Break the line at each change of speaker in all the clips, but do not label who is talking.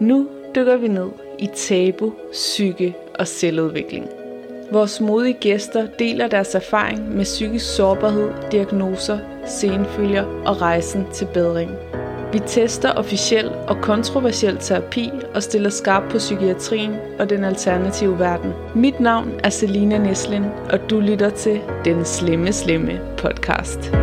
Nu dykker vi ned i tabu, psyke og selvudvikling. Vores modige gæster deler deres erfaring med psykisk sårbarhed, diagnoser, senfølger og rejsen til bedring. Vi tester officiel og kontroversiel terapi og stiller skarpt på psykiatrien og den alternative verden. Mit navn er Selina Neslin, og du lytter til Den Slemme podcast.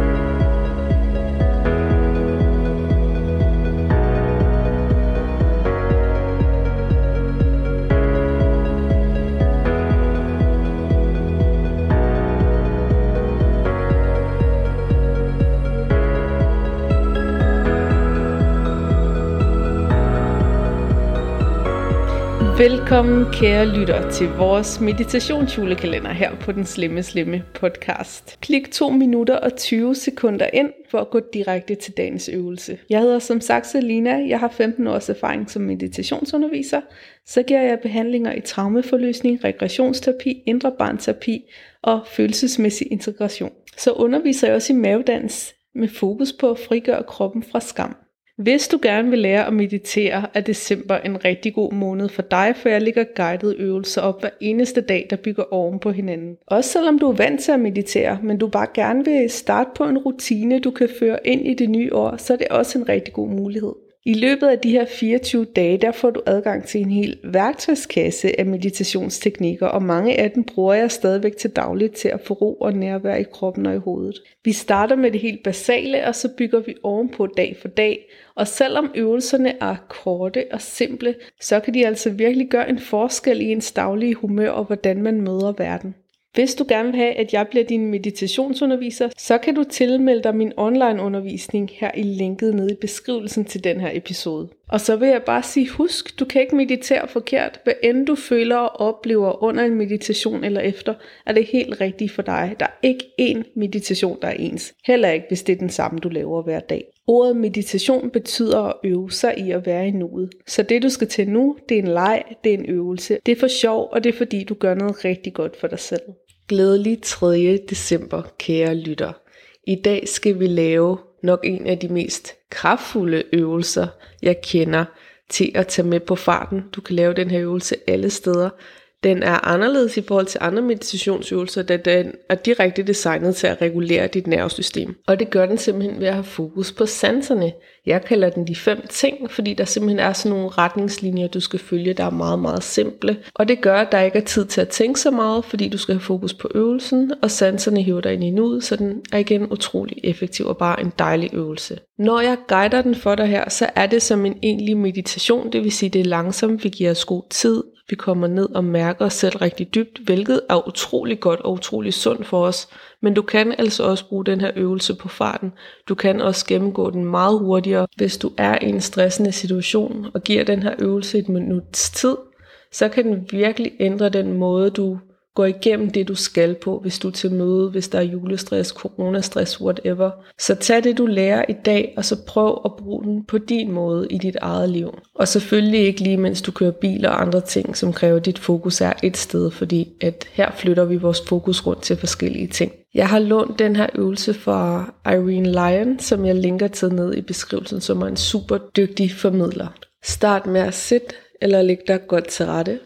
Velkommen kære lytter til vores meditationsjulekalender her på Den Slemme podcast. Klik 2 minutter og 20 sekunder ind for at gå direkte til dagens øvelse. Jeg hedder som sagt Selina, jeg har 15 års erfaring som meditationsunderviser. Så giver jeg behandlinger i traumeforløsning, regressionsterapi, indre barnterapi og følelsesmæssig integration. Så underviser jeg også i mavedans med fokus på at frigøre kroppen fra skam. Hvis du gerne vil lære at meditere, er december en rigtig god måned for dig, for jeg lægger guidede øvelser op hver eneste dag, der bygger oven på hinanden. Også selvom du er vant til at meditere, men du bare gerne vil starte på en rutine, du kan føre ind i det nye år, så er det også en rigtig god mulighed. I løbet af de her 24 dage, der får du adgang til en hel værktøjskasse af meditationsteknikker, og mange af dem bruger jeg stadigvæk til dagligt til at få ro og nærvær i kroppen og i hovedet. Vi starter med det helt basale, og så bygger vi ovenpå dag for dag. Og selvom øvelserne er korte og simple, så kan de altså virkelig gøre en forskel i ens daglige humør og hvordan man møder verden. Hvis du gerne vil have, at jeg bliver din meditationsunderviser, så kan du tilmelde dig min online undervisning her i linket nede i beskrivelsen til den her episode. Og så vil jeg bare sige, husk, du kan ikke meditere forkert. Hvad end du føler og oplever under en meditation eller efter, er det helt rigtigt for dig. Der er ikke én meditation, der er ens. Heller ikke, hvis det er den samme, du laver hver dag. Ordet meditation betyder at øve sig i at være i nuet. Så det du skal til nu, det er en leg, det er en øvelse. Det er for sjov, og det er fordi du gør noget rigtig godt for dig selv. Glædelig 3. december, kære lytter. I dag skal vi lave nok en af de mest kraftfulde øvelser, jeg kender til at tage med på farten. Du kan lave den her øvelse alle steder. Den er anderledes i forhold til andre meditationsøvelser, da den er direkte designet til at regulere dit nervesystem. Og det gør den simpelthen ved at have fokus på sanserne. Jeg kalder den de 5 ting, fordi der simpelthen er sådan nogle retningslinjer, du skal følge, der er meget, meget simple. Og det gør, at der ikke er tid til at tænke så meget, fordi du skal have fokus på øvelsen, og sanserne hiver dig ind i nuet, så den er igen utrolig effektiv og bare en dejlig øvelse. Når jeg guider den for dig her, så er det som en egentlig meditation, det vil sige, det er langsomt, vi giver os god tid. Vi kommer ned og mærker os selv rigtig dybt, hvilket er utrolig godt og utrolig sundt for os. Men du kan altså også bruge den her øvelse på farten. Du kan også gennemgå den meget hurtigere. Hvis du er i en stressende situation og giver den her øvelse et minuts tid, så kan den virkelig ændre den måde, du går igennem det, du skal på, hvis du er til møde, hvis der er julestress, coronastress, whatever. Så tag det, du lærer i dag, og så prøv at bruge den på din måde i dit eget liv. Og selvfølgelig ikke lige, mens du kører bil og andre ting, som kræver, dit fokus er et sted, fordi at her flytter vi vores fokus rundt til forskellige ting. Jeg har lånt den her øvelse fra Irene Lyon, som jeg linker til ned i beskrivelsen, som er en super dygtig formidler. Start med at sidde eller lægge dig godt til rette.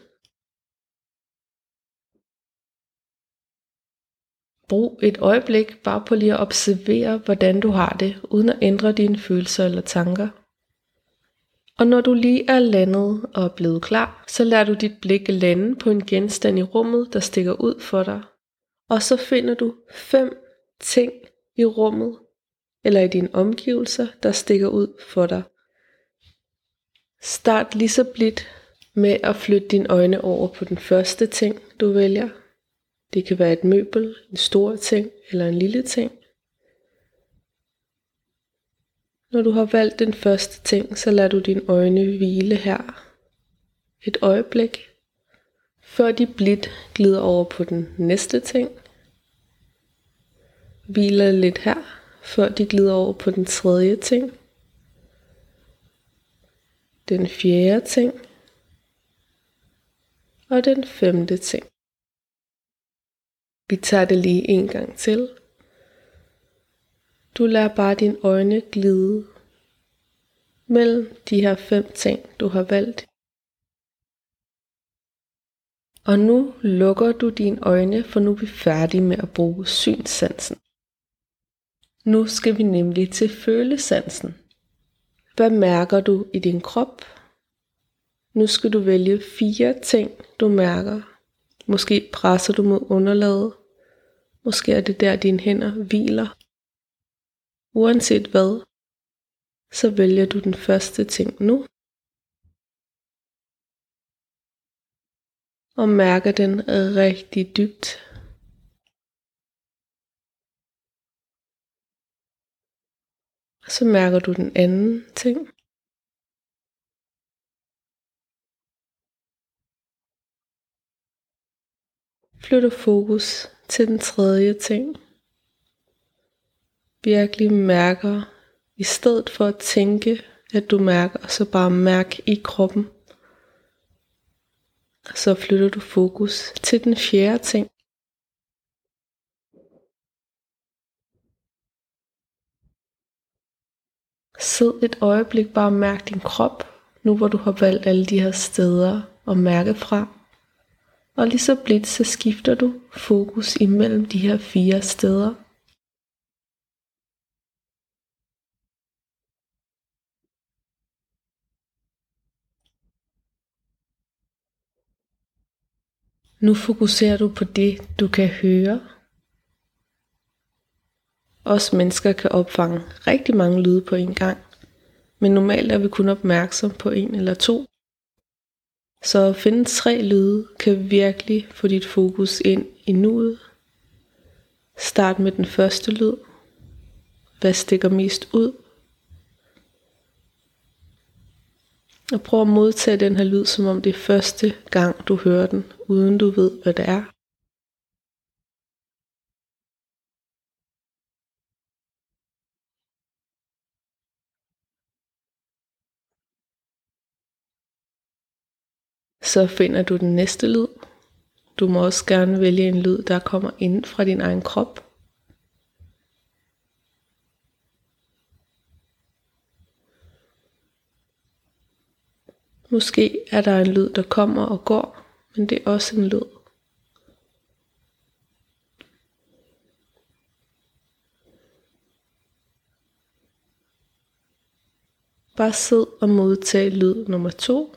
Brug et øjeblik bare på lige at observere, hvordan du har det, uden at ændre dine følelser eller tanker. Og når du lige er landet og er blevet klar, så lader du dit blik lande på en genstand i rummet, der stikker ud for dig. Og så finder du 5 ting i rummet, eller i dine omgivelser, der stikker ud for dig. Start lige så blidt med at flytte dine øjne over på den første ting, du vælger. Det kan være et møbel, en stor ting eller en lille ting. Når du har valgt den første ting, så lader du dine øjne hvile her et øjeblik, før de blidt glider over på den næste ting. Hviler lidt her, før de glider over på den tredje ting. Den fjerde ting. Og den 5. ting. Vi tager det lige en gang til. Du lader bare dine øjne glide mellem de her 5 ting, du har valgt. Og nu lukker du dine øjne, for nu er vi færdige med at bruge synssansen. Nu skal vi nemlig til følesansen. Hvad mærker du i din krop? Nu skal du vælge 4 ting, du mærker. Måske presser du mod underlaget. Måske er det der, dine hænder hviler. Uanset hvad, så vælger du den første ting nu. Og mærker den rigtig dybt. Så mærker du den anden ting. Flytter fokus til den tredje ting. Virkelig mærker, i stedet for at tænke, at du mærker, så bare mærk i kroppen. Så flytter du fokus til den fjerde ting. Sid et øjeblik, bare mærk din krop, nu hvor du har valgt alle de her steder at mærke fra. Og lige så blidt, så skifter du fokus imellem de her 4 steder. Nu fokuserer du på det, du kan høre. Os mennesker kan opfange rigtig mange lyde på en gang, men normalt er vi kun opmærksom på 1 eller 2. Så at finde 3 lyde kan virkelig få dit fokus ind i nuet. Start med den første lyd. Hvad stikker mest ud? Og prøv at modtage den her lyd, som om det er første gang du hører den, uden du ved hvad det er. Så finder du den næste lyd. Du må også gerne vælge en lyd, der kommer ind fra din egen krop. Måske er der en lyd, der kommer og går, men det er også en lyd. Bare sid og modtag lyd nummer 2.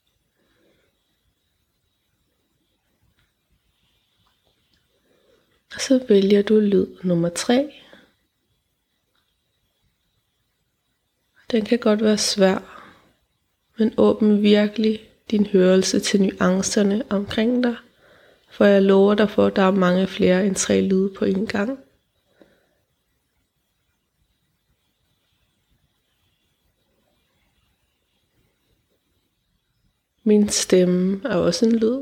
Og så vælger du lyd nummer 3. Den kan godt være svær, men åbn virkelig din hørelse til nuancerne omkring dig, for jeg lover dig for, at der er mange flere end 3 lyde på en gang. Min stemme er også en lyd.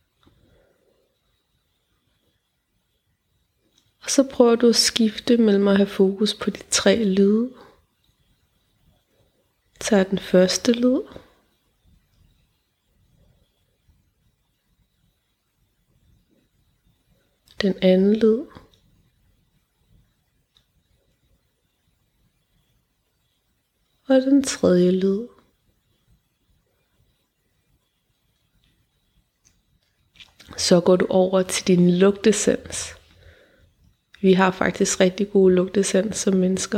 Og så prøver du at skifte mellem at have fokus på de 3 lyde. Tag den første lyd. Den anden lyd. Og den tredje lyd. Så går du over til din lugtesans. Vi har faktisk rigtig gode lugtesans som mennesker.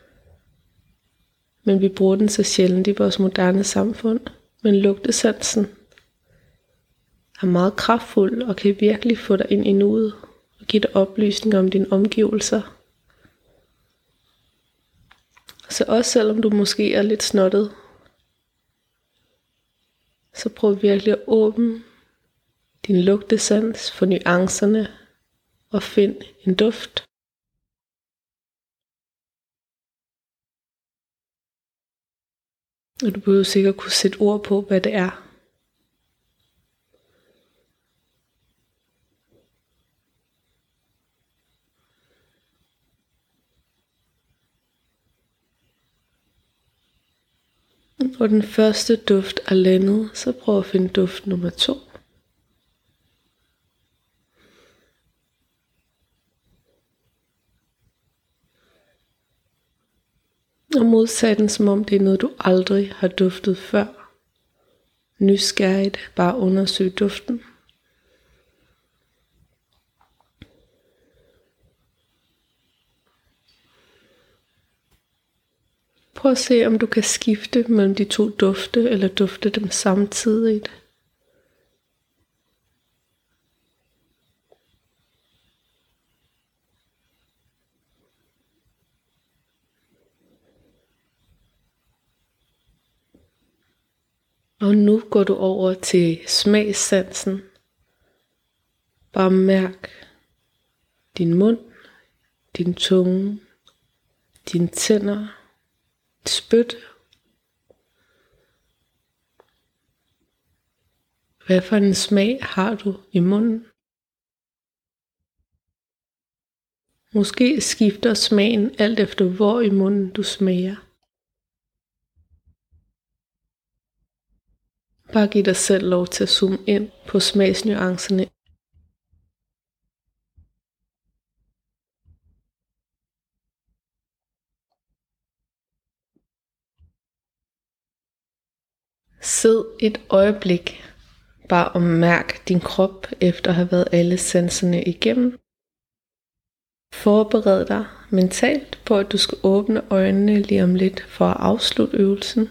Men vi bruger den så sjældent i vores moderne samfund. Men lugtesansen er meget kraftfuld og kan virkelig få dig ind i nuet og give dig oplysninger om dine omgivelser. Så også selvom du måske er lidt snottet, så prøv virkelig at åbne din lugtesans for nuancerne og find en duft. Og du behøver sikkert kunne sætte ord på, hvad det er. Når den første duft er landet, så prøv at finde duft nummer 2. Og modsat den, som om det er noget, du aldrig har duftet før. Nysgerrigt, bare undersøg duften. Prøv at se, om du kan skifte mellem de to dufte, eller dufte dem samtidigt. Og nu går du over til smagssansen. Bare mærk din mund, din tunge, dine tænder, dit spyt. Hvad for en smag har du i munden? Måske skifter smagen alt efter hvor i munden du smager. Bare giv dig selv lov til at zoome ind på smagsnuancerne. Sid et øjeblik bare og mærk din krop efter at have været alle sanserne igennem. Forbered dig mentalt på, at du skal åbne øjnene lige om lidt for at afslutte øvelsen.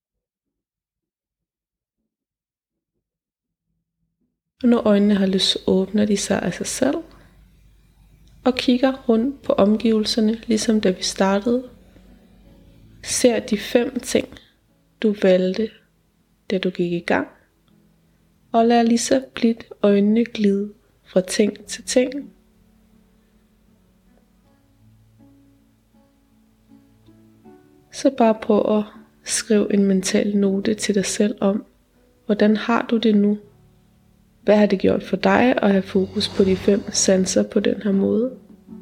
Og når øjnene har lyst, åbner de sig af sig selv. Og kigger rundt på omgivelserne, ligesom da vi startede. Ser de 5 ting, du valgte, da du gik i gang. Og lad lige så blidt øjnene glide fra ting til ting. Så bare prøv at skrive en mental note til dig selv om, hvordan har du det nu? Hvad har det gjort for dig at have fokus på de 5 sanser på den her måde?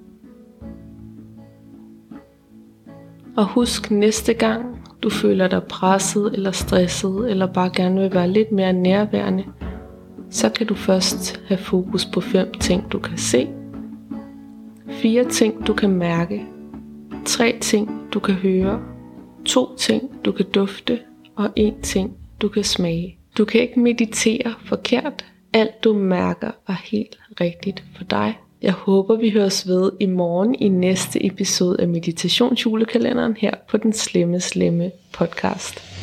Og husk næste gang du føler dig presset eller stresset, eller bare gerne vil være lidt mere nærværende, så kan du først have fokus på 5 ting du kan se, 4 ting du kan mærke, 3 ting du kan høre, 2 ting du kan dufte, og 1 ting du kan smage. Du kan ikke meditere forkert. Alt du mærker er helt rigtigt for dig. Jeg håber vi høres ved i morgen i næste episode af Meditationsjulekalenderen her på den slemme podcast.